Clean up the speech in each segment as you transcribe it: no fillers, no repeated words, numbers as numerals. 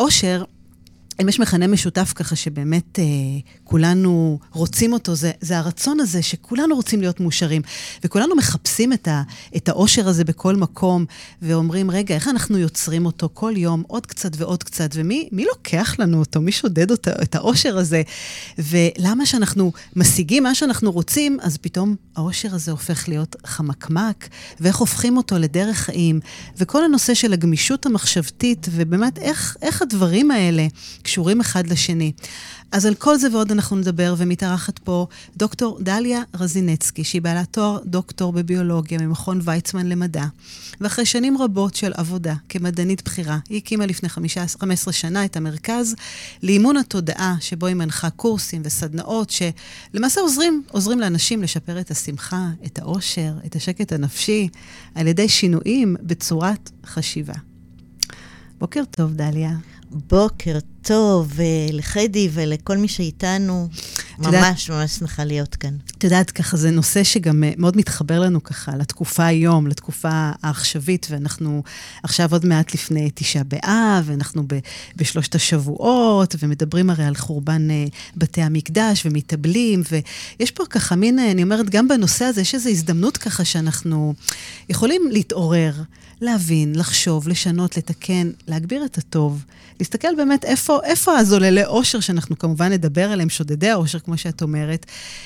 אושר, אם יש מכנה משותף ככה שבאמת כולנו רוצים אותו, זה הרצון הזה שכולנו רוצים להיות מאושרים, וכולנו מחפשים את האושר הזה בכל מקום, ואומרים, רגע, איך אנחנו יוצרים אותו כל יום, עוד קצת ועוד קצת, ומי לוקח לנו אותו, מי שודד את האושר הזה, ולמה שאנחנו משיגים מה שאנחנו רוצים, אז פתאום האושר הזה הופך להיות חמקמק, ואיך הופכים אותו לדרך חיים, וכל הנושא של הגמישות המחשבתית, ובאמת איך הדברים האלה קשורים אחד לשני. אז על כל זה ועוד אנחנו נדבר, ומתארחת פה דוקטור דליה רזינצקי, שהיא בעלת תואר דוקטור בביולוגיה ממכון ויצמן למדע. ואחרי שנים רבות של עבודה כמדענית בחירה, היא הקימה לפני 15 שנה את המרכז לאימון התודעה, שבו היא מנחה קורסים וסדנאות, שלמעשה עוזרים לאנשים לשפר את השמחה, את האושר, את השקט הנפשי, על ידי שינויים בצורת חשיבה. בוקר טוב, דליה. בוקר טוב, לחדי ולכל מי שאיתנו, ממש שמחה להיות כאן. את יודעת, ככה זה נושא שגם מאוד מתחבר לנו ככה, לתקופה היום, לתקופה העכשווית, ואנחנו עכשיו עוד מעט לפני תשעה באב, ואנחנו בשלושת השבועות, ומדברים הרי על חורבן בתי המקדש, ומתאבלים, ויש פה ככה מין, אני אומרת, גם בנושא הזה, יש איזו הזדמנות ככה שאנחנו יכולים להתעורר, להבין, לחשוב, לשנות, לתקן, להגביר את הטוב, להסתכל באמת איפה הזוללי אושר שאנחנו כמובן נדבר עליהם, שודדי האושר, כמו שאת אומרת,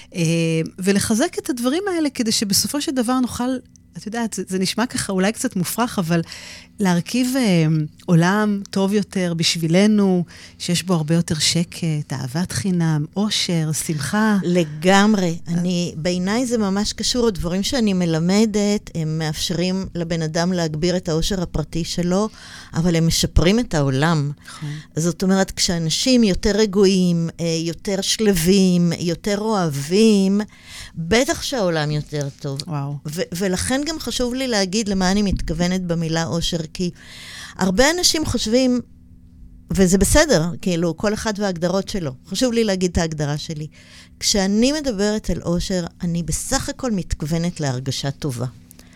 ולחזק את הדברים האלה כדי שבסופו של דבר נוכל, את יודעת, זה נשמע ככה אולי קצת מופרך, אבל להרכיב עולם טוב יותר בשבילנו, שיש בו הרבה יותר שקט, אהבת חינם, אושר, שמחה. לגמרי. בעיניי זה ממש קשור, הדברים שאני מלמדת, הם מאפשרים לבן אדם להגביר את האושר הפרטי שלו, אבל הם משפרים את העולם. זאת אומרת, כשאנשים יותר רגועים, יותר שלווים, יותר אוהבים, בטח שהעולם יותר טוב. וואו. ולכן גם חשוב לי להגיד למה אני מתכוונת במילה אושר, כי הרבה אנשים חושבים, וזה בסדר, כאילו, כל אחד וההגדרות שלו. חשוב לי להגיד את ההגדרה שלי. כשאני מדברת על אושר, אני בסך הכל מתכוונת להרגשה טובה.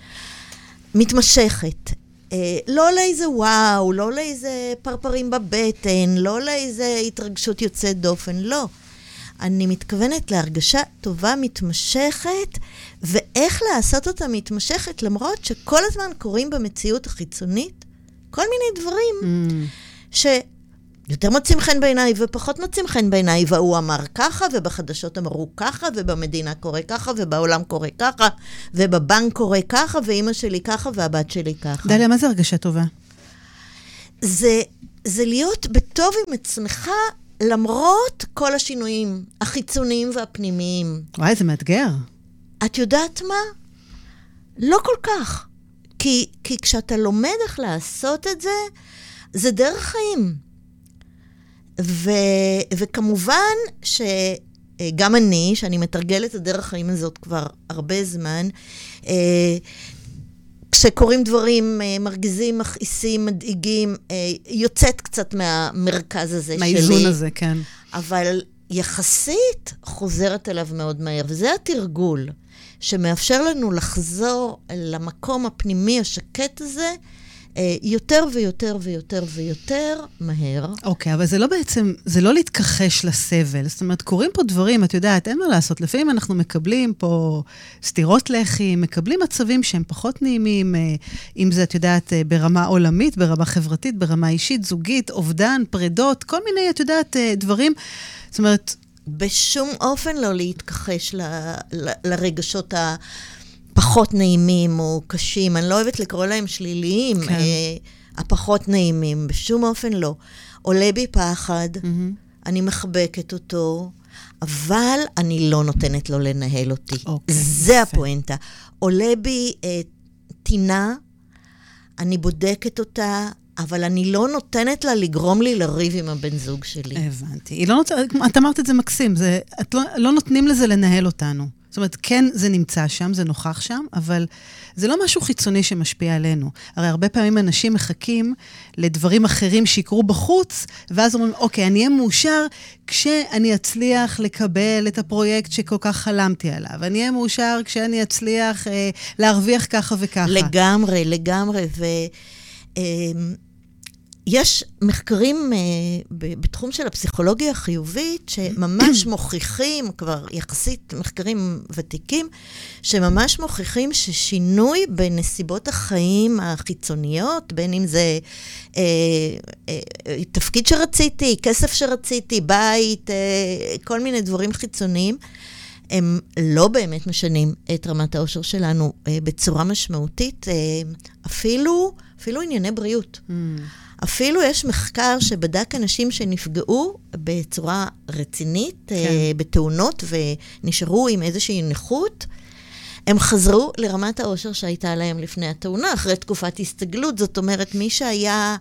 מתמשכת. לא לאיזה וואו, לא לאיזה פרפרים בבטן, לא לאיזה התרגשות יוצאת דופן, לא. אני מתכוונת להרגשה טובה מתמשכת, ואיך לעשות אותה מתמשכת, למרות שכל הזמן קוראים במציאות החיצונית, כל מיני דברים שיותר מוצאים חן בעיניי ופחות מוצאים חן בעיניי, והוא אמר ככה, ובחדשות אמרו ככה, ובמדינה קורה ככה, ובעולם קורה ככה, ובבנק קורה ככה, ואמא שלי ככה, והבת שלי ככה. דליה, מה זה הרגשה טובה? זה להיות בטוב עם עצמך, למרות כל השינויים החיצוניים והפנימיים. וואי, זה מאתגר. את יודעת מה? לא כל כך. כי כשאתה לומד איך לעשות את זה, זה דרך חיים. וכמובן שגם אני, שאני מתרגלת את הדרך חיים הזאת כבר הרבה זמן, כשקוראים דברים מרגיזים, מכעיסים, מדאיגים, יוצאת קצת מהמרכז הזה שלי. מהאיזון הזה, כן. אבל יחסית חוזרת אליו מאוד מהר, וזה התרגול שמאפשר לנו לחזור למקום הפנימי השקט הזה, יותר ויותר ויותר ויותר מהר. אוקיי, אבל זה לא בעצם, זה לא להתכחש לסבל. זאת אומרת, קוראים פה דברים, את יודעת, אין מה לעשות. לפעמים אנחנו מקבלים פה סתירות לחי, מקבלים מצבים שהם פחות נעימים, אם זה, את יודעת, ברמה עולמית, ברמה חברתית, ברמה אישית, זוגית, אובדן, פרדות, כל מיני, את יודעת, דברים. זאת אומרת, בשום אופן לא להתכחש לרגשות פחות נעימים או קשים, אני לא אוהבת לקרוא להם שליליים, כן. הפחות נעימים, בשום אופן לא. עולה בי פחד, אני מחבקת אותו, אבל אני לא נותנת לו לנהל אותי. זה הפואנטה. עולה בי תינה, אני בודקת אותה, אבל אני לא נותנת לה לגרום לי לריב עם הבן זוג שלי. הבנתי. את אמרת את זה מקסים, לא נותנים לזה לנהל אותנו. זאת אומרת, כן, זה נמצא שם, זה נוכח שם, אבל זה לא משהו חיצוני שמשפיע עלינו. הרי הרבה פעמים אנשים מחכים לדברים אחרים שיקרו בחוץ, ואז אומרים, אוקיי, אני אהיה מאושר כשאני אצליח לקבל את הפרויקט שכל כך חלמתי עליו. אני אהיה מאושר כשאני אצליח להרוויח ככה וככה. לגמרי, לגמרי. יש מחקרים בתחום של הפסיכולוגיה החיובית, שממש מוכיחים, כבר יחסית מחקרים ותיקים, שממש מוכיחים ששינוי בנסיבות החיים החיצוניות, בין אם זה תפקיד שרציתי, כסף שרציתי, בית, כל מיני דברים חיצוניים, הם לא באמת משנים את רמת האושר שלנו בצורה משמעותית, אפילו ענייני בריאות. אפילו יש מחקר שבדק אנשים שנפגעו בצורה רצינית, בתאונות, ונשארו עם איזושהי נכות, הם חזרו לרמת האושר שהייתה להם לפני התאונה, אחרי תקופת הסתגלות. זאת אומרת, מי שהיה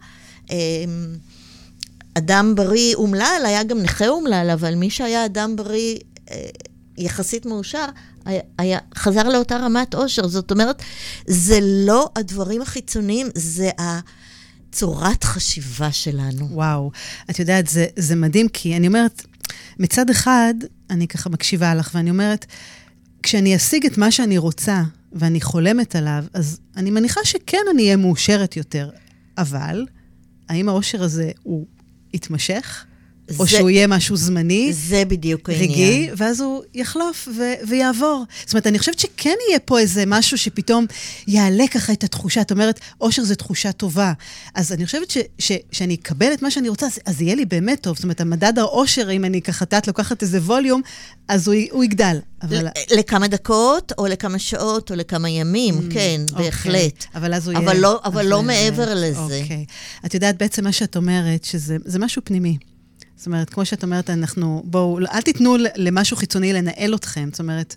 אדם בריא אומלל, היה גם נכה אומלל, אבל מי שהיה אדם בריא יחסית מאושר, חזר לאותה רמת אושר. זאת אומרת, זה לא הדברים החיצוניים, זה צורת חשיבה שלנו. וואו, את יודעת, זה מדהים, כי אני אומרת, מצד אחד, אני ככה מקשיבה לך, ואני אומרת, כשאני אשיג את מה שאני רוצה, ואני חולמת עליו, אז אני מניחה שכן אני אהיה מאושרת יותר. אבל, האם האושר הזה הוא יתמשך? או שהוא יהיה משהו זמני, זה בדיוק העניין. רגעי, ואז הוא יחלוף ויעבור. זאת אומרת, אני חושבת שכן יהיה פה איזה משהו שפתאום יעלה ככה את התחושה. את אומרת, אושר זה תחושה טובה. אז אני חושבת שאני אקבל את מה שאני רוצה, אז יהיה לי באמת טוב. זאת אומרת, המדד האושר, אם אני ככה לוקחת איזה ווליום, אז הוא יגדל. לכמה דקות, או לכמה שעות, או לכמה ימים, כן, בהחלט. אבל אז הוא יהיה... אבל לא מעבר לזה. את יודעת, בעצם מה שאת אומרת, שזה משהו פנימי. זאת אומרת, כמו שאת אומרת, בואו, אל תיתנו למשהו חיצוני לנהל אתכם. זאת אומרת,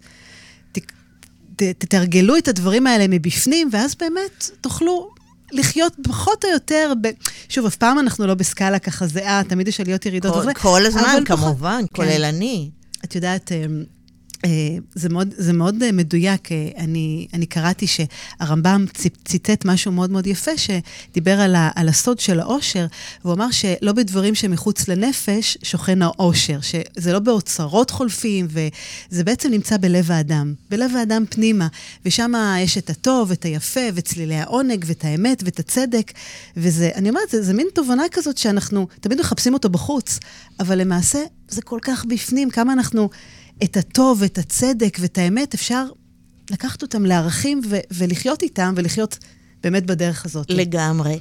תתרגלו את הדברים האלה מבפנים, ואז באמת תוכלו לחיות פחות או יותר, שוב, אף פעם אנחנו לא בסקאלה ככה זהה, תמיד יש עליות ירידות. כל הזמן, כמובן, כולל אני. את יודעת, זה מאוד מדויק. אני קראתי שהרמב"ם ציטט משהו מאוד מאוד יפה, שדיבר על הסוד של האושר, והוא אמר שלא בדברים שמחוץ לנפש שוכן האושר, שזה לא באוצרות חולפים, וזה בעצם נמצא בלב האדם, בלב האדם פנימה, ושם יש את הטוב, את היפה, וצלילי העונג, ואת האמת, ואת הצדק, וזה, אני אומרת, זה מין תובנה כזאת שאנחנו תמיד מחפשים אותו בחוץ, אבל למעשה זה כל כך בפנים, כמה אנחנו... את הטוב, את הצדק ואת האמת, אפשר לקחת אותם לערכים ולחיות איתם, ולחיות באמת בדרך הזאת. לגמרי.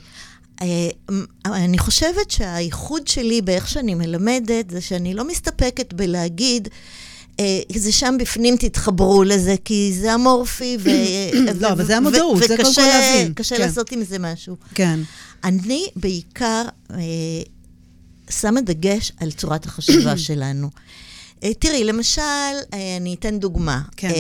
אני חושבת שהייחוד שלי באיך שאני מלמדת, זה שאני לא מסתפקת בלהגיד, זה שם בפנים תתחברו לזה, כי זה אמורפי, לא, אבל זה המודעות, זה קודם כל להבין. וקשה לעשות עם זה משהו. כן. אני בעיקר שמה דגש על צורת החשיבה שלנו. תראי, למשל, אני אתן דוגמה, כן.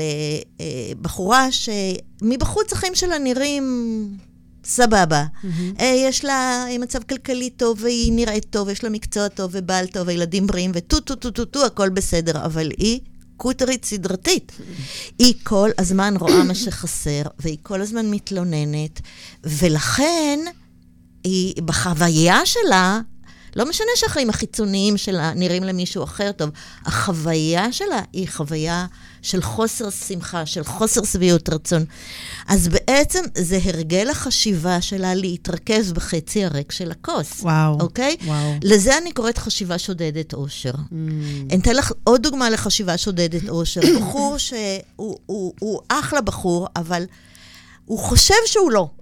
לבחורה שמבחוץ החיים שלה נראים סבבה. יש לה מצב כלכלי טוב, והיא נראית טוב, יש לה מקצוע טוב, ובעל טוב, וילדים בריאים, וטו, הכל בסדר, אבל היא קוטרית סדרתית. היא כל הזמן רואה מה שחסר, והיא כל הזמן מתלוננת, ולכן, היא בחוויה שלה, לא משנה שהחיים החיצוניים שלה נראים למישהו אחר טוב, החוויה שלה היא חוויה של חוסר שמחה, של חוסר שביעות רצון. אז בעצם זה הרגל החשיבה שלה להתרכז בחצי הריק של הכוס. וואו. אוקיי? וואו. לזה אני קוראת חשיבה שודדת אושר. אני אתן לך עוד דוגמה לחשיבה שודדת אושר. בחור שהוא אחלה בחור, אבל הוא חושב שהוא לא.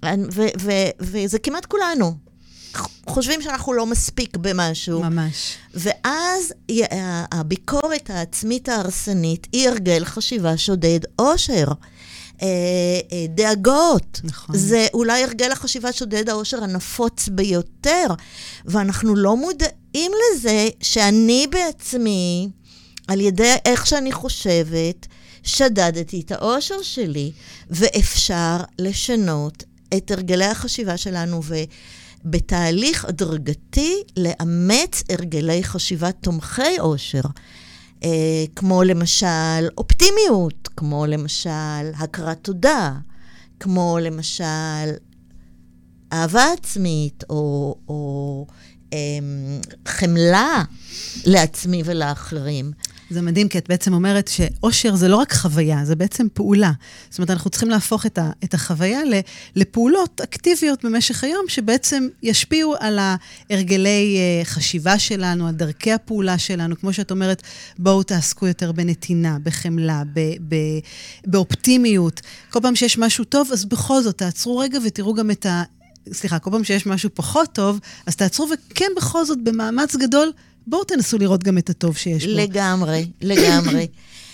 וזה כמעט כולנו. חושבים שאנחנו לא מספיק במשהו. ממש. ואז הביקורת העצמית ההרסנית היא הרגל חשיבה שודד אושר. דאגות. נכון. זה אולי הרגל החשיבה שודד האושר הנפוץ ביותר. ואנחנו לא מודעים לזה שאני בעצמי, על ידי איך שאני חושבת, שדדתי את האושר שלי. ואפשר לשנות את הרגלי החשיבה שלנו בתהליך הדרגתי לאמץ הרגלי חשיבה תומכי אושר, כמו למשל אופטימיות, כמו למשל הכרת תודה, כמו למשל אהבה עצמית, או חמלה לעצמי ולאחרים. זה מדהים, כי את בעצם אומרת שאושר זה לא רק חוויה, זה בעצם פעולה. זאת אומרת, אנחנו צריכים להפוך את החוויה לפעולות אקטיביות במשך היום, שבעצם ישפיעו על ההרגלי חשיבה שלנו, על דרכי הפעולה שלנו. כמו שאת אומרת, בואו תעסקו יותר בנתינה, בחמלה, באופטימיות. כל פעם שיש משהו טוב, אז בכל זאת, תעצרו רגע ותראו גם כל פעם שיש משהו פחות טוב, אז תעצרו וכן בכל זאת, במאמץ גדול, בואו תנסו לראות גם את הטוב שיש בו. לגמרי, לגמרי.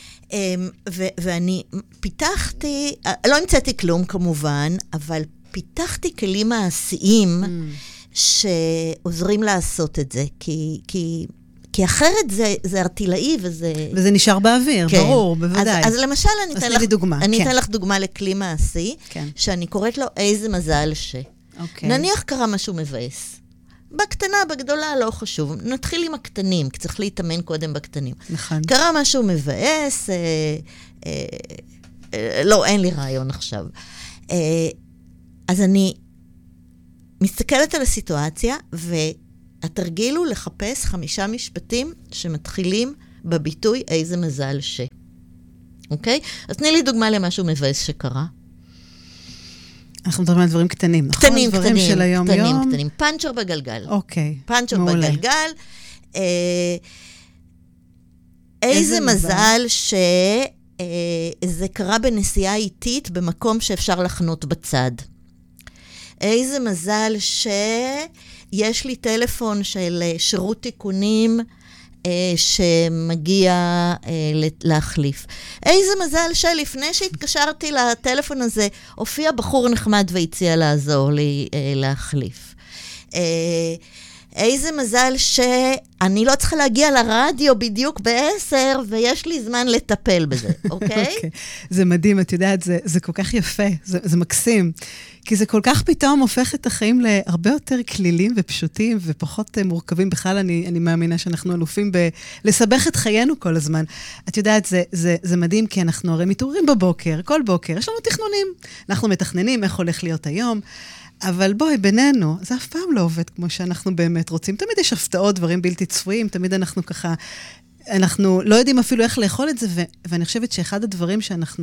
ואני פיתחתי, לא המצאתי כלום כמובן, אבל פיתחתי כלים מעשיים שעוזרים לעשות את זה, כי אחרת זה ארטילאי וזה... וזה נשאר באוויר, כן. ברור, בוודאי. אז למשל, אני אתן לך דוגמה לכלי מעשי, כן. שאני קוראת לו איזה מזל ש... אוקיי. נניח קרה משהו מבאס. בקטנה, בגדולה, לא חשוב. נתחיל עם הקטנים, כי צריך להתאמן קודם בקטנים. נכון. קרה משהו מבאס, לא, אין לי רעיון עכשיו. אז אני מסתכלת על הסיטואציה, והתרגיל הוא לחפש 5 משפטים שמתחילים בביטוי איזה מזל ש. אוקיי? אז תני לי דוגמה למשהו מבאס שקרה. אנחנו מדברים על דברים קטנים, נכון? קטנים של היום-יום. קטנים. פאנצ'ר בגלגל. אוקיי, פאנצ'ר בגלגל. איזה מזל שזה קרה בנסיעה איטית במקום שאפשר לחנות בצד. איזה מזל שיש לי טלפון של שירות תיקונים שמגיע להחליף. איזה מזל שלפני שהתקשרתי לטלפון הזה, הופיע בחור נחמד והציע לעזור לי להחליף. איזה מזל שאני לא צריכה להגיע לרדיו בדיוק ב10, ויש לי זמן לטפל בזה, אוקיי? זה מדהים, את יודעת, זה כל כך יפה, זה מקסים. כי זה כל כך פתאום הופך את החיים להרבה יותר כלילים ופשוטים ופחות מורכבים. בכלל אני מאמינה שאנחנו אלופים לסבך את חיינו כל הזמן. את יודעת, זה מדהים, כי אנחנו הרי מתעוררים בבוקר, כל בוקר, יש לנו תכנונים. אנחנו מתכננים איך הולך להיות היום, אבל בואי, בינינו, זה אף פעם לא עובד כמו שאנחנו באמת רוצים. תמיד יש הפתעות, דברים בלתי צפויים, תמיד אנחנו ככה, אנחנו לא יודעים אפילו איך לאכול את זה, ואני חושבת שאחד הדברים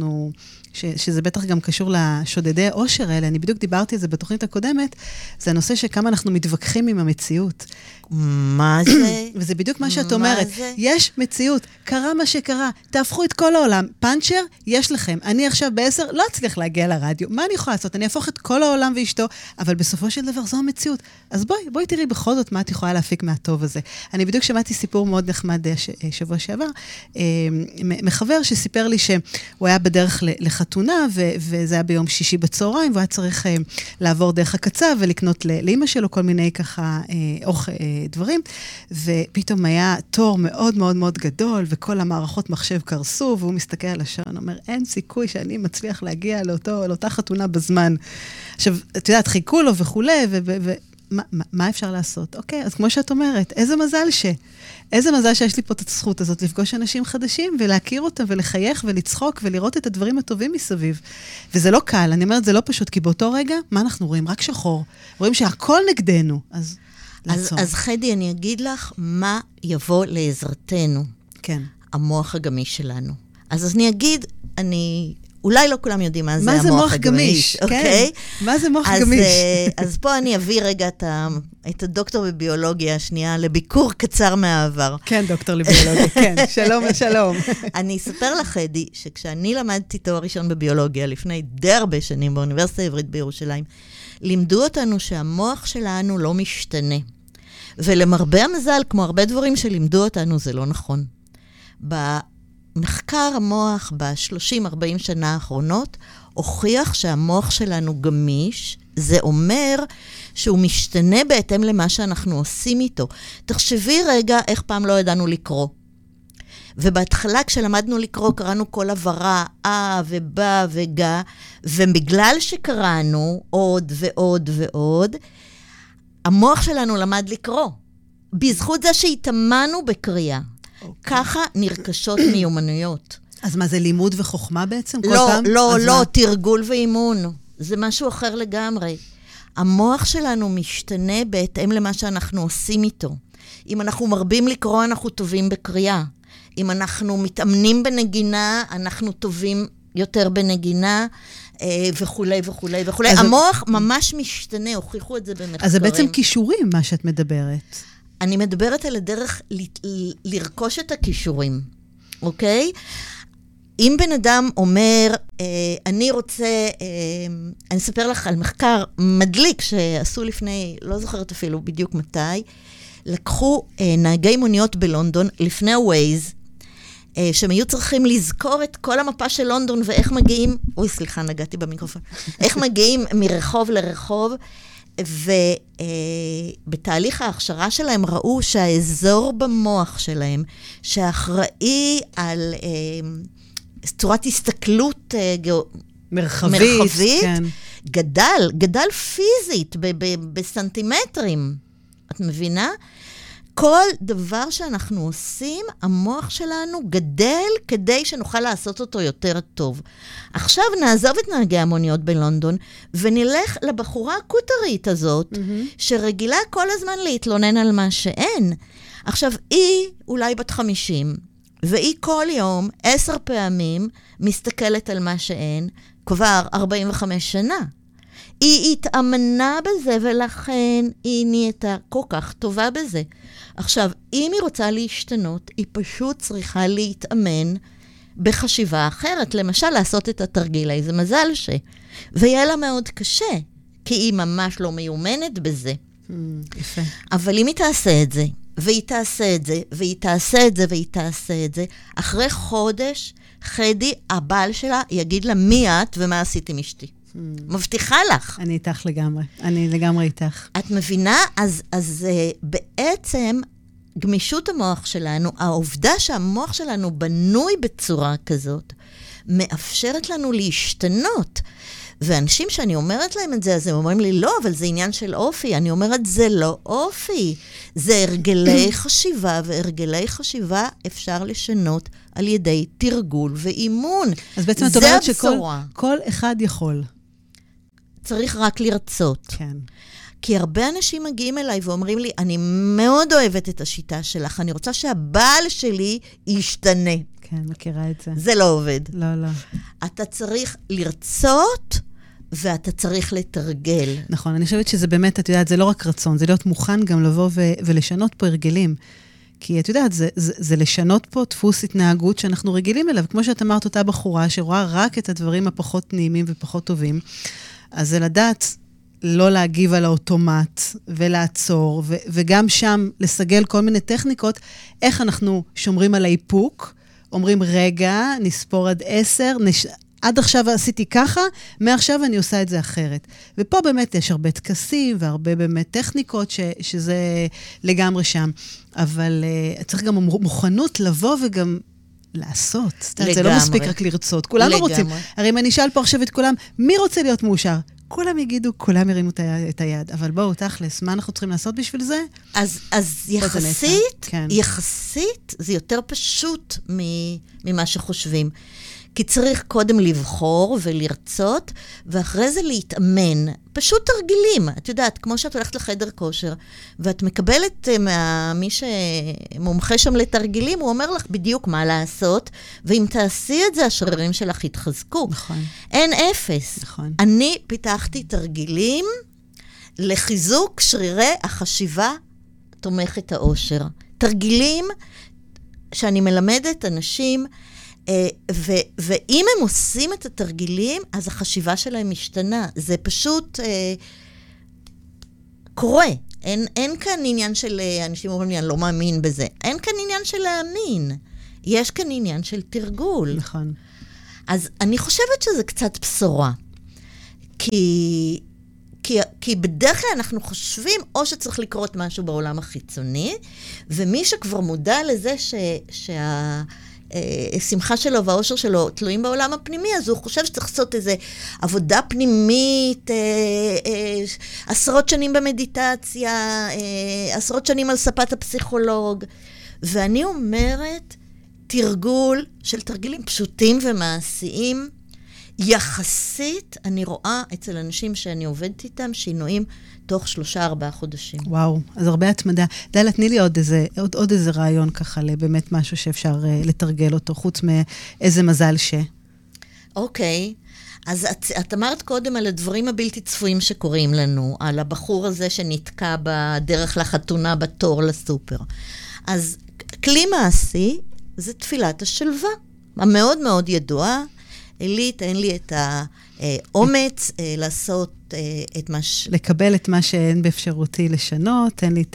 שזה בטח גם קשור לשודדי אושר האלה, אני בדיוק דיברתי על זה בתוכנית הקודמת, זה הנושא שכמה אנחנו מתווכחים עם המציאות. מה זה? וזה בדיוק מה שאת אומרת. יש מציאות, קרה מה שקרה, תהפכו את כל העולם. פאנצ'ר, יש לכם. אני עכשיו ב10 לא אצליח להגיע לרדיו. מה אני יכולה לעשות? אני אהפוך את כל העולם ואשתו, אבל בסופו של דבר זו המציאות. אז בואי תראי בכל זאת מה את יכולה להפיק מהטוב הזה. אני בדיוק שמעתי סיפור מאוד נחמד שבוע שעבר, מחבר שסיפר לי שהוא היה בדרך לחתונה, וזה היה ביום שישי בצהריים, והוא היה צריך לעבור דרך הקצה ולקנות לאמא שלו כל מיני ככה דברים, ופתאום היה תור מאוד מאוד מאוד גדול, וכל המערכות מחשב קרסו, והוא מסתכל על השעון, אומר, אין סיכוי שאני מצליח להגיע לאותה חתונה בזמן. עכשיו, את יודעת, חיכו לו וכולי, מה אפשר לעשות? אוקיי, אז כמו שאת אומרת, איזה מזל שיש לי פה את הזכות הזאת, לפגוש אנשים חדשים, ולהכיר אותם, ולחייך, ולצחוק, ולראות את הדברים הטובים מסביב. וזה לא קל, אני אומרת, זה לא פשוט, כי באותו רגע, מה אנחנו רואים? רק שחור. רואים שהכל נגדנו, אז לעצור. אז חדי, אני אגיד לך מה יבוא לעזרתנו. כן. המוח הגמיש שלנו. אז אני אגיד, אולי לא כולם יודעים מה זה המוח הגמיש. אוקיי? מה זה מוח גמיש? אז פה אני אביא רגע את הדוקטור בביולוגיה השנייה לביקור קצר מהעבר. כן, דוקטור לביולוגיה, כן. שלום ושלום. אני אספר לך, חדי, שכשאני למדתי תואר ראשון בביולוגיה, לפני די הרבה שנים באוניברסיטה העברית בירושלים, לימדו אותנו שהמוח שלנו לא משתנה. ולמרבה המזל, כמו הרבה דברים שלימדו אותנו, זה לא נכון. במחקר המוח ב-30-40 שנה האחרונות, הוכיח שהמוח שלנו גמיש, זה אומר שהוא משתנה בהתאם למה שאנחנו עושים איתו. תחשבי רגע איך פעם לא ידענו לקרוא. ובהתחלה כשלמדנו לקרוא, קראנו כל עברה, ובא וגה, ובגלל שקראנו עוד ועוד ועוד, המוח שלנו למד לקרוא. בזכות זה שהתאמנו בקריאה. ככה נרכשות מיומנויות. אז מה, זה לימוד וחוכמה בעצם? לא, תרגול ואימון. זה משהו אחר לגמרי. המוח שלנו משתנה בהתאם למה שאנחנו עושים איתו. אם אנחנו מרבים לקרוא, אנחנו טובים בקריאה. אם אנחנו מתאמנים בנגינה, אנחנו טובים יותר בנגינה, וכולי וכולי וכולי. המוח ממש משתנה, הוכיחו את זה במחקרים. אז זה בעצם כישורים, מה שאת מדברת. אני מדברת על הדרך לרכוש את הכישורים, אוקיי? אם בן אדם אומר, אני רוצה, אני אספר לך על מחקר מדליק שעשו לפני, לא זוכרת אפילו בדיוק מתי, לקחו נהגי מוניות בלונדון לפני הווייז, שהם היו צריכים לזכור את כל המפה של לונדון ואיך מגיעים, אוי סליחה, נגעתי במיקרופון, איך מגיעים מרחוב לרחוב, ובתהליך ההכשרה שלהם ראו שהאזור במוח שלהם, שאחראי על צורת הסתכלות מרחבית כן. גדל פיזית בסנטימטרים. את מבינה? כל דבר שאנחנו עושים, המוח שלנו גדל כדי שנוכל לעשות אותו יותר טוב. עכשיו נעזוב את נהגי המוניות בלונדון, ונלך לבחורה הקוטרית הזאת, שרגילה כל הזמן להתלונן על מה שאין. עכשיו, היא אולי בת 50, והיא כל יום 10 פעמים מסתכלת על מה שאין, כבר 45 שנה. היא התאמנה בזה, ולכן היא נהייתה כל כך טובה בזה. עכשיו, אם היא רוצה להשתנות, היא פשוט צריכה להתאמן בחשיבה אחרת. למשל, לעשות את התרגיל, איזה מזל ויהיה לה מאוד קשה, כי היא ממש לא מיומנת בזה. יפה. אבל אם היא תעשה את זה, והיא תעשה את זה, והיא תעשה את זה, והיא תעשה את זה, אחרי חודש, חדי, הבעל שלה, יגיד לה מי את ומה עשית עם אשתי. מבטיחה לך. אני איתך לגמרי. אני לגמרי איתך. את מבינה? אז בעצם גמישות המוח שלנו, העובדה שהמוח שלנו בנוי בצורה כזאת, מאפשרת לנו להשתנות. ואנשים שאני אומרת להם את זה, אז הם אומרים לי, לא, אבל זה עניין של אופי. אני אומרת, זה לא אופי. זה הרגלי חשיבה, והרגלי חשיבה אפשר לשנות על ידי תרגול ואימון. אז בעצם את אומרת שכל אחד יכול. צריך רק לרצות. כן. כי הרבה אנשים מגיעים אליי ואומרים לי, אני מאוד אוהבת את השיטה שלך, אני רוצה שהבעל שלי ישתנה. כן, מכירה את זה. זה לא עובד. לא, לא. אתה צריך לרצות, ואתה צריך לתרגל. נכון, אני חושבת שזה באמת, את יודעת, זה לא רק רצון, זה להיות מוכן גם לבוא ולשנות פה הרגלים. כי את יודעת, זה לשנות פה דפוס התנהגות שאנחנו רגילים אליו. כמו שאת אמרת, אותה בחורה שרואה רק את הדברים הפחות נעימים ופחות טובים, אז זה לדעת לא להגיב על האוטומט ולעצור, וגם שם לסגל כל מיני טכניקות, איך אנחנו שומרים על האיפוק, אומרים רגע, נספור עד 10, עד עכשיו עשיתי ככה, מעכשיו אני עושה את זה אחרת. ופה באמת יש הרבה תקסים, והרבה באמת טכניקות שזה לגמרי שם. אבל צריך גם מוכנות לבוא וגם לעשות. זה לא מספיק רק לרצות. כולם לא רוצים. הרי אם אני אשאל פה עכשיו את כולם, מי רוצה להיות מאושר? כולם יגידו, כולם ירימו את היד. אבל בואו, תכלס, מה אנחנו צריכים לעשות בשביל זה? אז יחסית, זה יותר פשוט ממה שחושבים. כי צריך קודם לבחור ולרצות, ואחרי זה להתאמן. פשוט תרגילים. את יודעת, כמו שאת הולכת לחדר כושר, ואת מקבלת מי שמומחה שם לתרגילים, הוא אומר לך בדיוק מה לעשות, ואם תעשי את זה, השרירים שלך יתחזקו. נכון. אין אפס. נכון. אני פיתחתי תרגילים לחיזוק שרירי החשיבה תומכת האושר. תרגילים שאני מלמדת אנשים, ואם הם עושים את התרגילים, אז החשיבה שלהם משתנה. זה פשוט קורה. אין כאן עניין של, אנשים אומרים לי, אני לא מאמין בזה. אין כאן עניין של להאמין. יש כאן עניין של תרגול. נכון. אז אני חושבת שזה קצת בשורה. כי בדרך כלל אנחנו חושבים, או שצריך לקרות משהו בעולם החיצוני, ומי שכבר מודע לזה השמחה שלו והאושר שלו תלויים בעולם הפנימי, אז הוא חושב שצריך לעשות איזו עבודה פנימית, עשרות שנים במדיטציה, עשרות שנים על ספת הפסיכולוג. ואני אומרת, תרגול של תרגילים פשוטים ומעשיים, יחסית, אני רואה אצל אנשים שאני עובדת איתם, שינויים תוך 3-4 חודשים. וואו, אז הרבה התמדה. דלה, תני לי עוד איזה רעיון ככה, באמת משהו שאפשר לתרגל אותו, חוץ מאיזה מזל ש... אוקיי. אז את אמרת קודם על הדברים הבלתי צפויים שקורים לנו, על הבחור הזה שנתקע בדרך לחתונה בתור לסופר. אז כלי מעשי זה תפילת השלווה, המאוד מאוד ידועה. אלי, תן לי את האומץ לעשות את מה לקבל את מה שאין באפשרותי לשנות, תן לי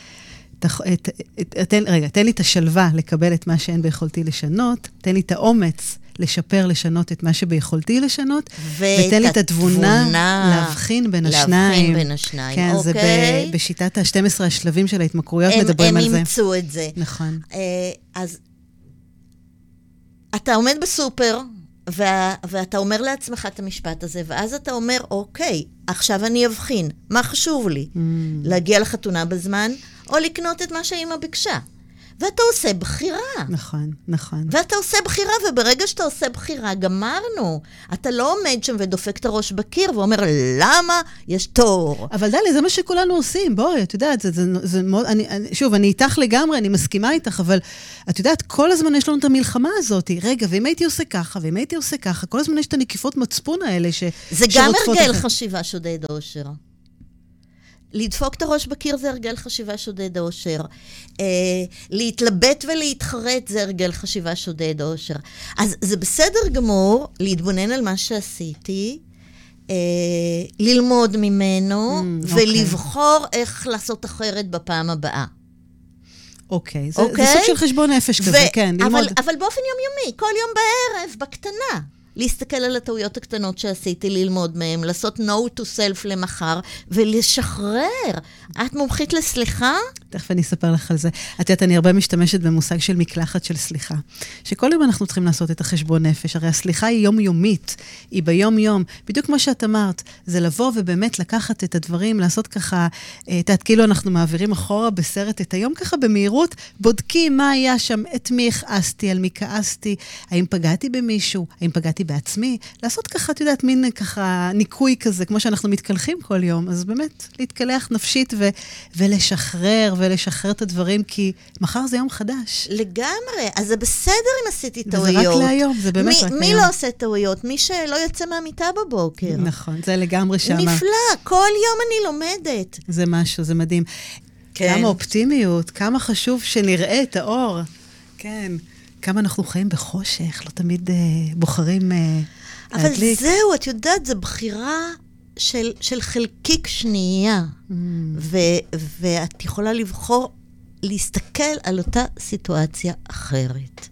תן לי את השלווה לקבל את מה שאין ביכולתי לשנות, תן לי את האומץ לשפר, לשנות את מה שביכולתי לשנות, ותן לי את התבונה להבחין בין השניים. להבחין בין השניים, כן, אוקיי. זה בשיטת ה-12 השלבים של ההתמכרויות מדברים על זה. הם אימצו את זה. נכון. אז אתה עומד בסופר, ואתה אומר לעצמך את המשפט הזה, ואז אתה אומר, אוקיי, עכשיו אני אבחין, מה חשוב לי? להגיע לחתונה בזמן, או לקנות את מה שאמא ביקשה. ואתה עושה בחירה. נכון, נכון. ואתה עושה בחירה, וברגע שאתה עושה בחירה, גמרנו. אתה לא עומד שם ודופק את הראש בקיר, ואומר, למה יש תור? אבל דלי, זה מה שכולנו עושים. בואי, את יודעת, זה מאוד, שוב, אני איתך לגמרי, אני מסכימה איתך, אבל את יודעת, כל הזמן יש לנו את המלחמה הזאת. רגע, ואם הייתי עושה ככה, ואם הייתי עושה ככה, כל הזמן יש את הנקיפות מצפון האלה זה גם הרגל חשיבה שודד אושר. לדפוק את הראש בקיר זה הרגל חשיבה שודד אושר. להתלבט ולהתחרט זה הרגל חשיבה שודד אושר. אז זה בסדר גמור להתבונן על מה שעשיתי, ללמוד ממנו, ולבחור איך לעשות אחרת בפעם הבאה. אוקיי, זה סוג של חשבון נפש כזה, כן, ללמוד. אבל באופן יומיומי, כל יום בערב, בקטנה. להסתכל על הטעויות הקטנות שעשיתי, ללמוד מהם, לעשות no to self למחר, ולשחרר. את מומחית לסליחה? תכף אני אספר לך על זה. את יודעת, אני הרבה משתמשת במושג של מקלחת של סליחה. שכל יום אנחנו צריכים לעשות את החשבון נפש. הרי הסליחה היא יומיומית, היא ביום-יום. בדיוק כמו שאת אמרת, זה לבוא ובאמת לקחת את הדברים, לעשות ככה, כאילו אנחנו מעבירים אחורה בסרט את היום ככה במהירות, בודקים מה היה שם, את מי הכעסתי, על מי כעסתי, האם פגעתי במישהו, האם פגעתי בעצמי, לעשות ככה, את יודעת, מין ככה ניקוי כזה, כמו שאנחנו מתקלחים כל יום, אז באמת להתקלח נפשית ולשחרר את הדברים, כי מחר זה יום חדש. לגמרי, אז זה בסדר אם עשיתי טעויות. וזה רק להיום, זה באמת רק מי היום. לא עושה טעויות? מי שלא יוצא מהמיטה בבוקר. נכון, זה לגמרי שמה. נפלא, כל יום אני לומדת. זה משהו, זה מדהים. כן. כמה אופטימיות, כמה חשוב שנראה את האור. כן. כמה אנחנו חיים בחושך, לא תמיד בוחרים להדליק. אבל זהו, את יודעת, זו בחירה של חלקיק שנייה. ואת יכולה לבחור להסתכל על אותה סיטואציה אחרת.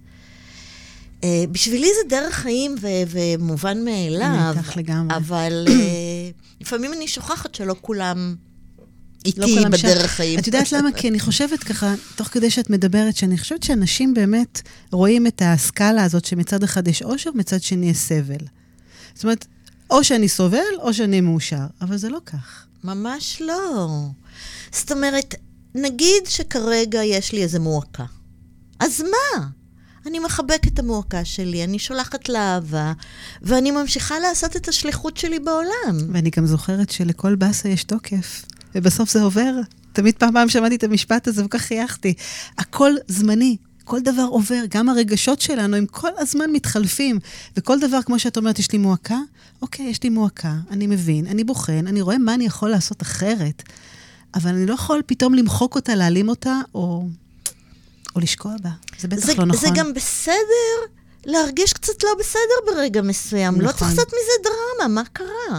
בשבילי זה דרך חיים ומובן מאליו. אני כך לגמרי. אבל לפעמים אני שוכחת שלא כולם איתי בדרך חיים. את יודעת למה? כי אני חושבת ככה, תוך כדי שאת מדברת, שאני חושבת שאנשים באמת רואים את הסקאלה הזאת, שמצד אחד יש אושר, מצד שני יש סבל. זאת אומרת, או שאני סובל, או שאני מאושר. אבל זה לא כך. ממש לא. זאת אומרת, נגיד שכרגע יש לי איזה מועקה. אז מה? אני מחבק את המועקה שלי, אני שולחת לאהבה, ואני ממשיכה לעשות את השליחות שלי בעולם. ואני גם זוכרת שלכל בסה יש תוקף. ובסוף זה עובר. תמיד פעם שמעתי את המשפט הזה וכך חייכתי. הכל זמני, כל דבר עובר, גם הרגשות שלנו הם כל הזמן מתחלפים. וכל דבר, כמו שאת אומרת, יש לי מועקה? אוקיי, יש לי מועקה, אני מבין, אני בוחן, אני רואה מה אני יכול לעשות אחרת. אבל אני לא יכול פתאום למחוק אותה, להעלים אותה, או לשקוע בה. זה בטח לא נכון. זה גם בסדר להרגיש קצת לא בסדר ברגע מסוים. נכון. לא צריך לעשות מזה דרמה, מה קרה?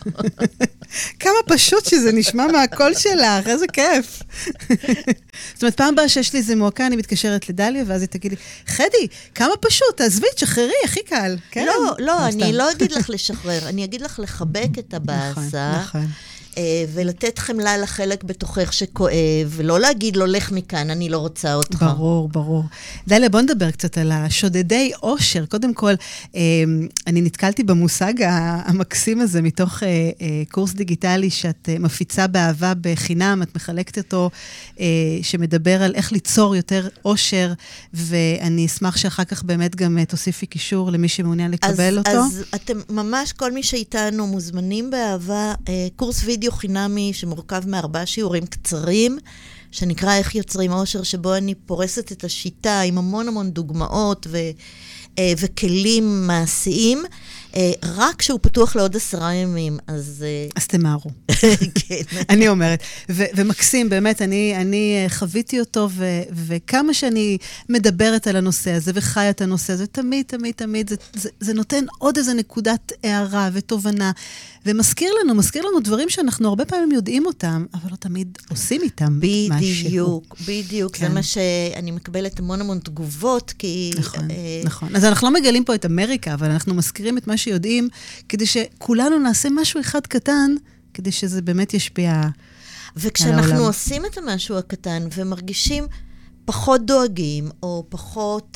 כמה פשוט שזה נשמע מהקול שלך, איזה כיף. זאת אומרת, פעם הבאה שיש לי איזה מועקה, אני מתקשרת לדליה, ואז היא תגיד לי, חדי, כמה פשוט, תעזבי, תשחררי, הכי קל. לא, אני לא אגיד לך לשחרר, אני אגיד לך לחבק את הבאסה, ולתת חמלה לחלק בתוכך שכואב, ולא להגיד לו, לך מכאן, אני לא רוצה אותך. ברור, ברור. דליה, בוא נדבר קצת על השודדי אושר. קודם כל, אני נתקלתי במושג המקסים הזה, מתוך קורס דיגיטלי שאת מפיצה באהבה בחינם, את מחלקת אותו, שמדבר על איך ליצור יותר אושר, ואני אשמח שאחר כך באמת גם תוסיפי קישור למי שמעוניין לקבל אותו. אז אתם ממש, כל מי שאיתנו מוזמנים באהבה, קורס וידאו חינמי שמורכב מ4 שיעורים קצרים, שנקרא איך יוצרים אושר, שבו אני פורסת את השיטה עם המון המון דוגמאות וכלים מעשיים, רק שהוא פתוח לעוד 10 ימים, אז תמהרו. כן. אני אומרת. ומקסים, באמת, אני חוויתי אותו, וכמה שאני מדברת על הנושא הזה, וחיה את הנושא הזה, תמיד, תמיד, תמיד, זה נותן עוד איזה נקודת הערה ותובנה, ומזכיר לנו דברים שאנחנו הרבה פעמים יודעים אותם, אבל לא תמיד עושים איתם משהו. בדיוק. זה מה שאני מקבלת המון המון תגובות, כי... נכון. אז אנחנו לא מגלים פה את אמריקה, אבל אנחנו מזכירים את מה שיודעים, כדי שכולנו נעשה משהו אחד קטן, כדי שזה באמת ישפיע על העולם. וכשאנחנו עושים את המשהו הקטן, ומרגישים פחות דואגים, או פחות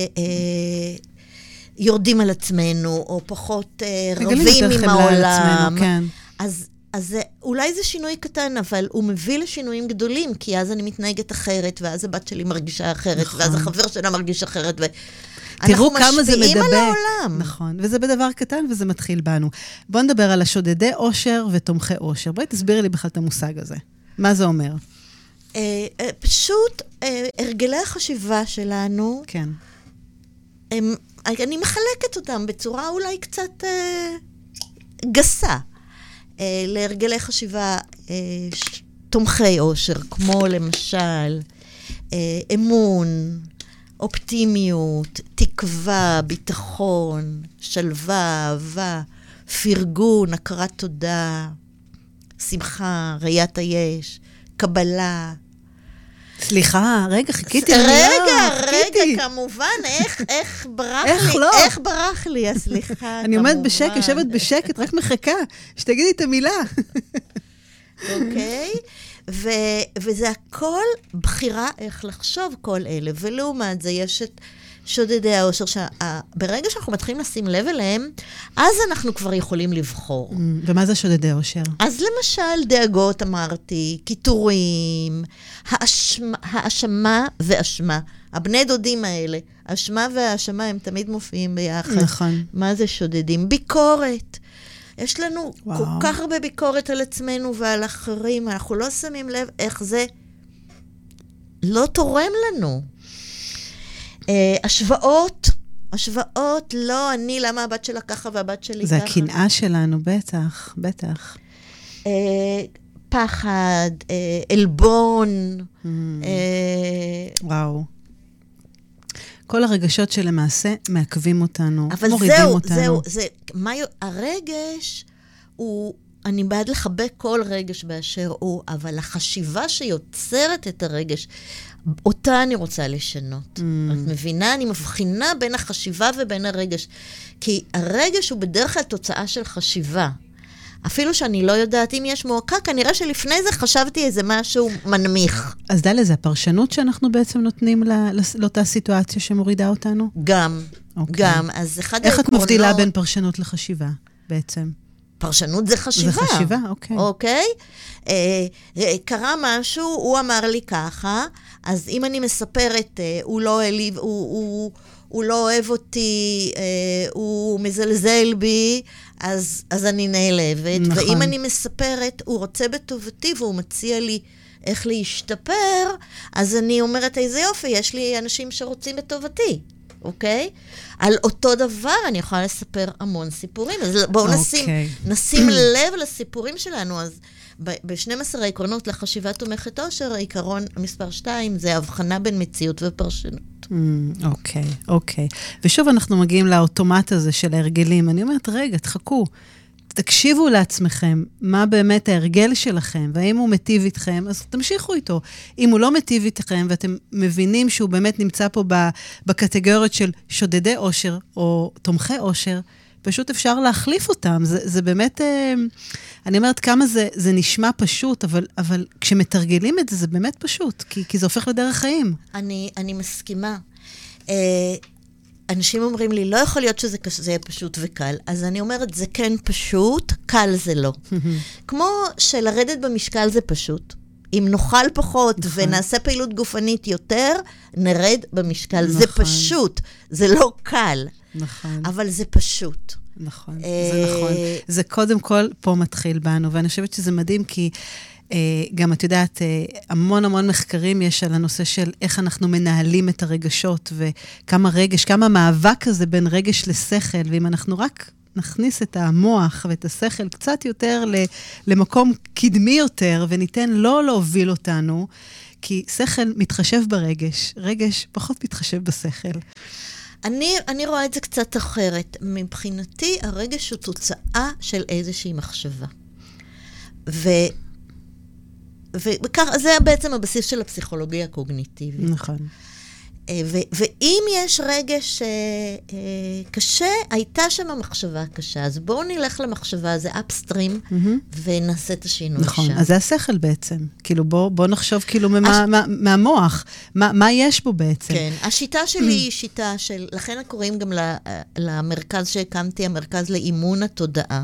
יורדים על עצמנו, או פחות רבים עם העולם, כן. אז אולי זה שינוי קטן, אבל הוא מביא לשינויים גדולים, כי אז אני מתנהגת אחרת, ואז הבת שלי מרגישה אחרת, נכון. ואז החבר שלה מרגיש אחרת, תראו כמה זה מדבק. אנחנו משפיעים על העולם. נכון, וזה בדבר קטן, וזה מתחיל בנו. בואו נדבר על השודדי אושר ותומכי אושר. בואי תסבירי לי בכלל את המושג הזה. מה זה אומר? פשוט, הרגלי החשיבה שלנו, כן. אני מחלקת אותם בצורה אולי קצת גסה. להרגלי חשיבה תומכי אושר, כמו למשל אמון, אופטימיות, תקווה, ביטחון, שלווה, אהבה, פרגון, הכרת תודה, שמחה, ראיית היש, קבלה. סליחה, רגע, חיכיתי. רגע, כמובן, איך ברח לי? לא? איך ברח לי, הסליחה, אני עומדת בשקט, יושבת בשקט, רק מחכה, שתגידי את המילה. אוקיי? וזה הכל בחירה איך לחשוב כל אלה. ולעומת זה יש את שודדי האושר, ברגע שאנחנו מתחילים לשים לב אליהם, אז אנחנו כבר יכולים לבחור. ומה זה שודדי האושר? אז למשל, דאגות אמרתי, קיטורים, האשמה ואשמה. הבני דודים האלה, אשמה והאשמה הם תמיד מופיעים ביחד. נכון. מה זה שודדים? ביקורת. יש לנו כל כך הרבה ביקורת על עצמנו ועל אחרים, אנחנו לא שמים לב איך זה לא תורם לנו. השוואות, לא, למה הבת שלה ככה והבת שלי ככה. זה הקנאה שלנו, בטח. פחד, אלבון. וואו. כל הרגשות שלמעשה מעכבים אותנו, מורידים אותנו. אבל הרגש הוא, אני בעד לחבק כל רגש באשר הוא, אבל החשיבה שיוצרת את הרגש, אותה אני רוצה לשנות. את מבינה? אני מבחינה בין החשיבה ובין הרגש. כי הרגש הוא בדרך כלל תוצאה של חשיבה. אפילו שאני לא יודעת אם יש מועקה, כנראה שלפני זה חשבתי איזה משהו מנמיך. אז די לזה, הפרשנות שאנחנו בעצם נותנים לאותה סיטואציה שמורידה אותנו? גם. אז אחד איך את מבדילה בין פרשנות לחשיבה בעצם? פרשנות זה חשיבה. זה חשיבה, אוקיי? קרה משהו, הוא אמר לי ככה, אז אם אני מספרת, הוא לא אוהב אותי, הוא מזלזל בי, אז אני נעלבת. נכון. ואם אני מספרת, הוא רוצה בטובתי, והוא מציע לי איך להשתפר, אז אני אומרת, איזה יופי, יש לי אנשים שרוצים בטובתי. אוקיי? על אותו דבר אני יכולה לספר המון סיפורים. אז בואו נשים לב לסיפורים שלנו. אז ב-12 העקרונות לחשיבה תומכת אושר, העיקרון מספר 2 זה הבחנה בין מציאות ופרשנות. אוקיי. ושוב אנחנו מגיעים לאוטומט הזה של ההרגלים. אני אומרת, רגע, תחכו. תקשיבו לעצמכם, מה באמת ההרגל שלכם, והאם הוא מטיב איתכם, אז תמשיכו איתו. אם הוא לא מטיב איתכם, ואתם מבינים שהוא באמת נמצא פה בקטגוריות של שודדי אושר, או תומכי אושר, פשוט אפשר להחליף אותם. זה באמת, אני אומרת כמה זה נשמע פשוט, אבל כשמתרגלים את זה, זה באמת פשוט, כי זה הופך לדרך חיים. אני מסכימה. אנשים אומרים לי, לא יכול להיות שזה יהיה פשוט וקל. אז אני אומרת, זה כן פשוט, קל זה לא. כמו שלרדת במשקל זה פשוט. אם נאכל פחות ונעשה פעילות גופנית יותר, נרד במשקל. זה פשוט, זה לא קל. נכון. אבל זה פשוט. נכון, זה נכון. זה קודם כל פה מתחיל בנו, ואני חושבת שזה מדהים, כי גם את יודעת, המון המון מחקרים יש על הנושא של איך אנחנו מנהלים את הרגשות, כמה מאבק הזה בין רגש לשכל, ואם אנחנו רק נכניס את המוח ואת השכל קצת יותר למקום קדמי יותר, וניתן לא להוביל אותנו, כי שכל מתחשב ברגש, רגש פחות מתחשב בשכל. אני רואה את זה קצת אחרת. מבחינתי, הרגש הוא תוצאה של איזושהי מחשבה. וזה בעצם הבסיס של הפסיכולוגיה הקוגניטיבית. נכון. ואם יש רגש קשה, הייתה שם מחשבה קשה. אז בואו נלך למחשבה, זה אפסטרים, ונעשה את השינוי שם. נכון, אז זה השכל בעצם. כאילו בואו נחשוב כאילו מהמוח. מה יש בו בעצם? כן, השיטה שלי היא שיטה של, לכן קוראים גם למרכז שהקמתי, המרכז לאימון התודעה.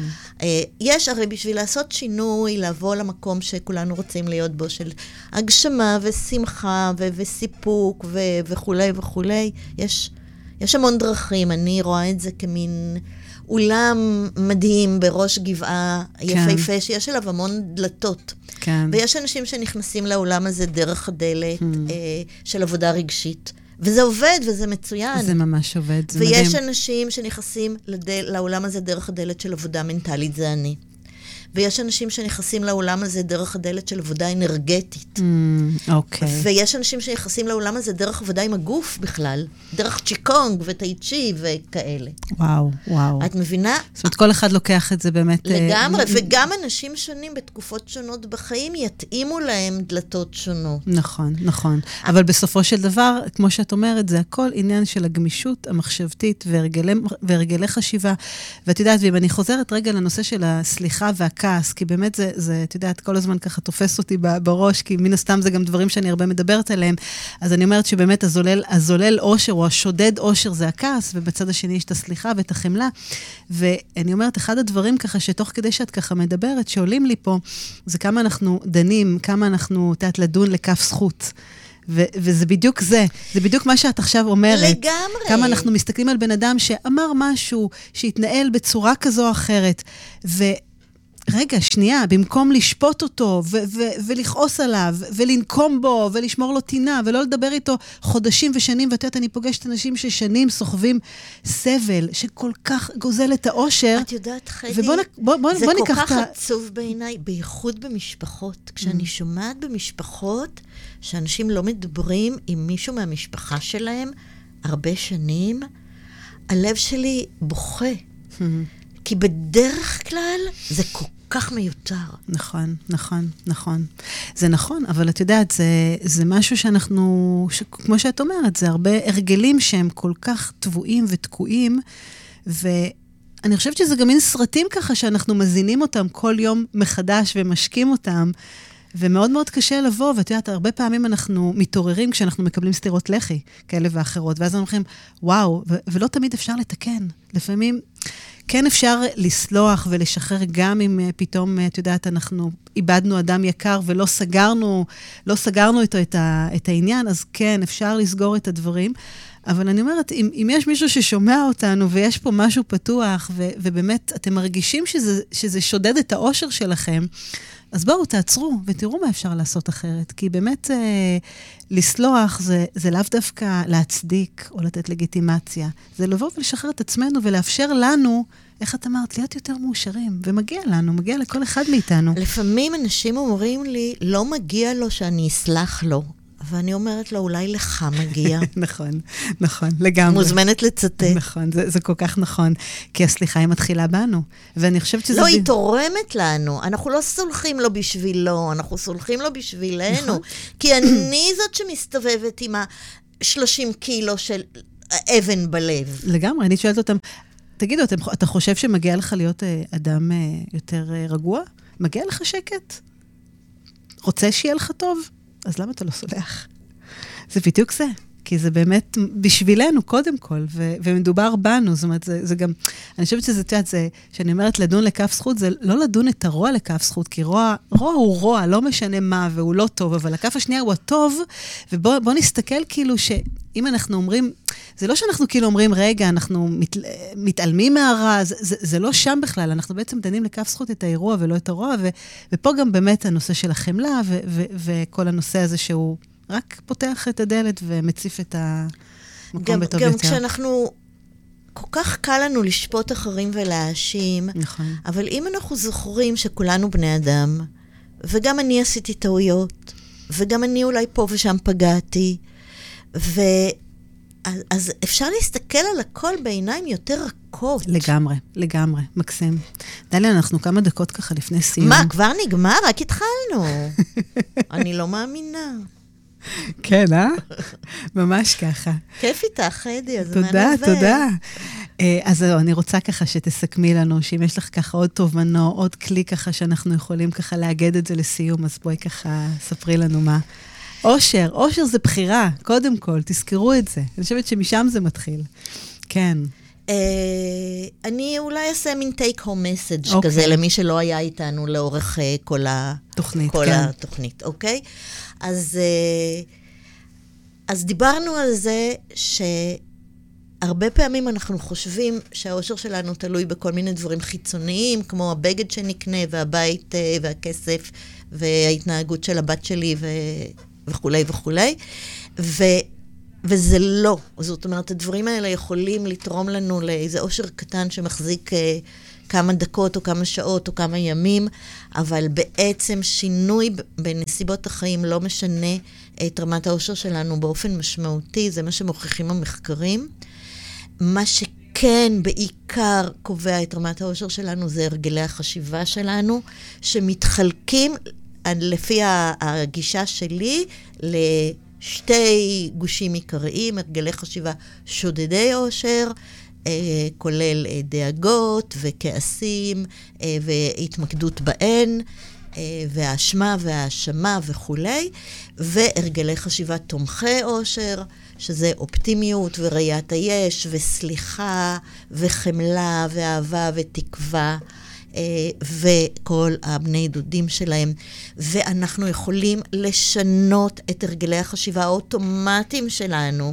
יש הרי בשביל לעשות שינוי, לבוא למקום שכולנו רוצים להיות בו, של הגשמה ושמחה וסיפוק וכולי וכולי. יש המון דרכים. אני רואה את זה כמין אולם מדהים בראש גבעה יפהפה, שיש אליו המון דלתות. כן. ויש אנשים שנכנסים לאולם הזה דרך הדלת של עבודה רגשית. וזה עובד, וזה מצוין. זה ממש עובד, זה מדהים. ויש אנשים שנכנסים לאולם הזה דרך הדלת של עבודה מנטלית, זה אני. ויש אנשים שנכנסים לאולם הזה דרך הדלת של עבודה אנרגטית. אוקיי. ויש אנשים שנכנסים לאולם הזה דרך עבודה עם הגוף בכלל, דרך צ'יקונג וטאי-צ'י וכאלה. וואו, וואו. את מבינה? זאת אומרת, כל אחד לוקח את זה באמת... לגמרי, וגם אנשים שונים בתקופות שונות בחיים יתאימו להם דלתות שונות. נכון, נכון. אבל בסופו של דבר, כמו שאת אומרת, זה הכל עניין של הגמישות המחשבתית והרגלי חשיבה. ואת יודעת, ואם אני חוזרת רגע לנושא של הסליחה והכעס, כי באמת זה, את יודעת, כל הזמן ככה תופס אותי בראש, כי מן הסתם זה גם דברים שאני הרבה מדברת עליהם. אז אני אומרת שבאמת הזולל אושר, או השודד אושר זה הכעס, ובצד השני יש את הסליחה ואת החמלה. ואני אומרת, אחד הדברים ככה, שתוך כדי שאת ככה מדברת, שעולים לי פה, זה כמה אנחנו דנים, כמה אנחנו, תעת, לדון לכף זכות. וזה בדיוק זה בדיוק מה שאת עכשיו אומרת. לגמרי. כמה אנחנו מסתכלים על בן אדם שאמר משהו, שהתנהל בצורה כזו או אחרת, רגע, שנייה, במקום לשפוט אותו ולכעוס עליו ולנקום בו ולשמור לו טינה ולא לדבר איתו חודשים ושנים, ואת יודעת, אני פוגשת אנשים ששנים סוחבים סבל שכל כך גוזל את האושר. את יודעת, חדי, זה כל כך עצוב בעיניי, בייחוד במשפחות. כשאני שומעת במשפחות שאנשים לא מדברים עם מישהו מהמשפחה שלהם הרבה שנים, הלב שלי בוכה. כי בדרך כלל זה כל כך מיותר. נכון, נכון, נכון. זה נכון, אבל את יודעת, זה משהו שאנחנו, כמו שאת אומרת, זה הרבה הרגלים שהם כל כך טבועים ותקועים, ואני חושבת שזה גם מין סרטים ככה שאנחנו מזינים אותם כל יום מחדש ומשקים אותם, ומאוד מאוד קשה לבוא, ואת יודעת, הרבה פעמים אנחנו מתעוררים כשאנחנו מקבלים סתירות לחי כאלה ואחרות, ואז אנחנו אומרים, וואו, ולא תמיד אפשר לתקן. לפעמים כן אפשר לסלוח ולשחרר, גם אם פתאום, את יודעת, אנחנו איבדנו אדם יקר ולא סגרנו איתו את העניין, אז כן, אפשר לסגור את הדברים. אבל אני אומרת, אם יש מישהו ששומע אותנו ויש פה משהו פתוח, ובאמת אתם מרגישים שזה שודד את האושר שלכם, אז בואו תעצרו ותראו מה אפשר לעשות אחרת. כי באמת לסלוח זה לאו דווקא להצדיק או לתת לגיטימציה. זה לבוא ולשחרר את עצמנו ולאפשר לנו, איך את אמרת, להיות יותר מאושרים. ומגיע לנו, מגיע לכל אחד מאיתנו. לפעמים אנשים אומרים לי, לא מגיע לו שאני אסלח לו. ואני אומרת לו, אולי לך מגיע. נכון, נכון, לגמרי. מוזמנת לצטט. נכון, זה כל כך נכון. כי הסליחה היא מתחילה בנו. ואני חושבת שזה... לא, היא תורמת לנו. אנחנו לא סולחים לו בשבילו, אנחנו סולחים לו בשבילנו. כי אני זאת שמסתובבת עם 30 קילו של אבן בלב. לגמרי, אני שואלת אותם, תגידו, אתה חושב שמגיע לך להיות אדם יותר רגוע? מגיע לך שקט? רוצה שיהיה לך טוב? אז למה אתה לא סולח? זה בדיוק זה. כי זה באמת בשבילנו, קודם כל, ומדובר בנו, זאת אומרת, זה גם, אני חושבת שזה, את יודעת, זה, שאני אומרת לדון לכף זכות, זה לא לדון את הרוע לכף זכות, כי רוע הוא רוע, לא משנה מה, והוא לא טוב, אבל הכף השנייה הוא הטוב, ובוא נסתכל כאילו שאם אנחנו אומרים, זה לא שאנחנו כאילו אומרים, רגע, אנחנו מתעלמים מהרע, זה לא שם בכלל, אנחנו בעצם דנים לכף זכות את האירוע ולא את הרוע, ופה גם באמת הנושא של החמלה, וכל הנושא הזה שהוא רק פותח את הדלת ומציף את המקום בטוב יותר. גם כשאנחנו, כל כך קל לנו לשפוט אחרים ולהאשים, נכון. אבל אם אנחנו זוכרים שכולנו בני אדם, וגם אני עשיתי טעויות, וגם אני אולי פה ושם פגעתי, אז אפשר להסתכל על הכל בעיניים יותר רכות. לגמרי, לגמרי, מקסים. דליה, אנחנו כמה דקות ככה לפני סיום. מה, כבר נגמר? רק התחלנו. אני לא מאמינה. כן, ממש ככה. כיף איתך, חדי, אז תודה, תודה. אז אני רוצה ככה שתסכמי לנו, שאם יש לך ככה עוד תובנו, עוד כלי ככה שאנחנו יכולים ככה לאגד את זה לסיום, אז בואי ככה ספרי לנו מה. אושר זה בחירה, קודם כל, תזכרו את זה. אני חושבת שמשם זה מתחיל. כן. אני אולי אעשה מין take home message כזה, למי שלא היה איתנו לאורך כל התוכנית, אוקיי? אז דיברנו על זה שהרבה פעמים אנחנו חושבים שהאושר שלנו תלוי בכל מיני דברים חיצוניים, כמו הבגד שנקנה והבית והכסף וההתנהגות של הבת שלי וכולי וכולי. וזה לא. זאת אומרת, הדברים האלה יכולים לתרום לנו לאיזה אושר קטן שמחזיק כמה דקות או כמה שעות או כמה ימים, אבל בעצם שינוי בנסיבות החיים לא משנה את רמת האושר שלנו באופן משמעותי, זה מה שמוכיחים המחקרים. מה שכן בעיקר קובע את רמת האושר שלנו זה הרגלי החשיבה שלנו, שמתחלקים לפי הגישה שלי לשתי גושים עיקריים, הרגלי חשיבה שודדי אושר, כולל דאגות וכעסים והתמקדות בהן, והאשמה והאשמה וכולי, והרגלי חשיבה תומכי אושר, שזה אופטימיות וראיית היש וסליחה וחמלה ואהבה ותקווה, וכל הבני דודים שלהם. ואנחנו יכולים לשנות את הרגלי החשיבה האוטומטיים שלנו,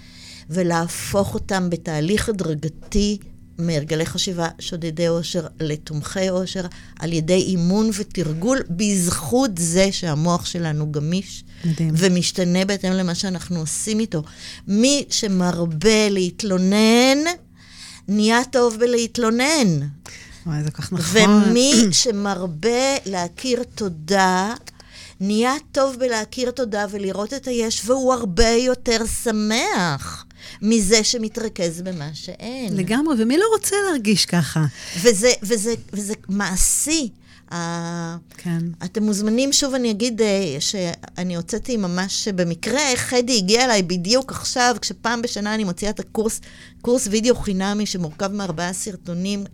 ולהפוך אותם בתהליך הדרגתי מהרגלי חשיבה שודדי אושר לתומכי אושר, על ידי אימון ותרגול, בזכות זה שהמוח שלנו גמיש, מדהים. ומשתנה בהתאם למה שאנחנו עושים איתו. מי שמרבה להתלונן, נהיה טוב בלהתלונן. וואי, זה כך נכון. ומי שמרבה להכיר תודה, נהיה טוב בלהכיר תודה ולראות את היש, והוא הרבה יותר שמח מזה שמתרכז במה שאין. לגמרי, ומי לא רוצה להרגיש ככה? וזה מעשי. כן. אתם מוזמנים, שוב אני אגיד שאני הוצאתי ממש במקרה, חדי הגיע אליי בדיוק עכשיו, כשפעם בשנה אני מוציאה את קורס וידאו חינמי שמורכב מ4 סרטונים,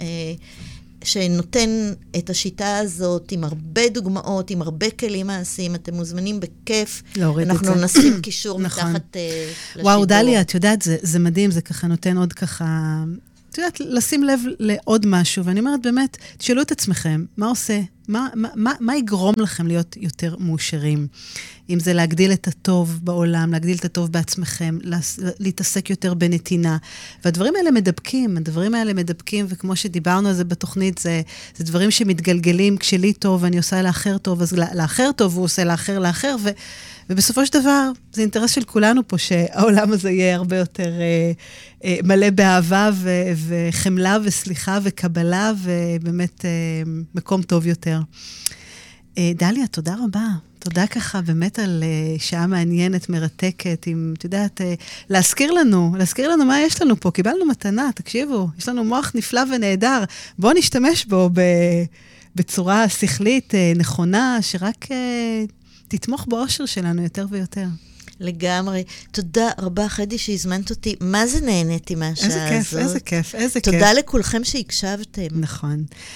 שנותן את השיטה הזאת עם הרבה דוגמאות, עם הרבה כלים מעשיים. אתם מוזמנים בכיף. אנחנו נשים קישור מתחת לשידור. וואו, דליה, את יודעת, זה מדהים, זה ככה נותן עוד ככה, את יודעת, לשים לב לעוד משהו, ואני אומרת באמת, תשאלו את עצמכם, מה עושה? מה יגרום לכם להיות יותר מאושרים? אם זה להגדיל את הטוב בעולם, להגדיל את הטוב בעצמכם, להתעסק יותר בנתינה. והדברים האלה מדבקים, וכמו שדיברנו על זה בתוכנית, זה דברים שמתגלגלים, כשלי טוב ואני עושה לאחר טוב, אז לאחר טוב הוא עושה לאחר, ובסופו של דבר, זה אינטרס של כולנו פה, שהעולם הזה יהיה הרבה יותר מלא באהבה וחמלה וסליחה וקבלה, ובאמת מקום טוב יותר. דליה, תודה רבה. תודה ככה באמת על שעה מעניינת, מרתקת, עם, את יודעת, להזכיר לנו מה יש לנו פה. קיבלנו מתנה, תקשיבו, יש לנו מוח נפלא ונהדר. בואו נשתמש בו בצורה שכלית נכונה, שרק תתמוך באושר שלנו יותר ויותר. לגמרי. תודה רבה, חדי, שהזמנת אותי. מה זה נהניתי מהשעה הזאת? איזה כיף, איזה כיף. תודה לכולכם שהקשבתם. נכון.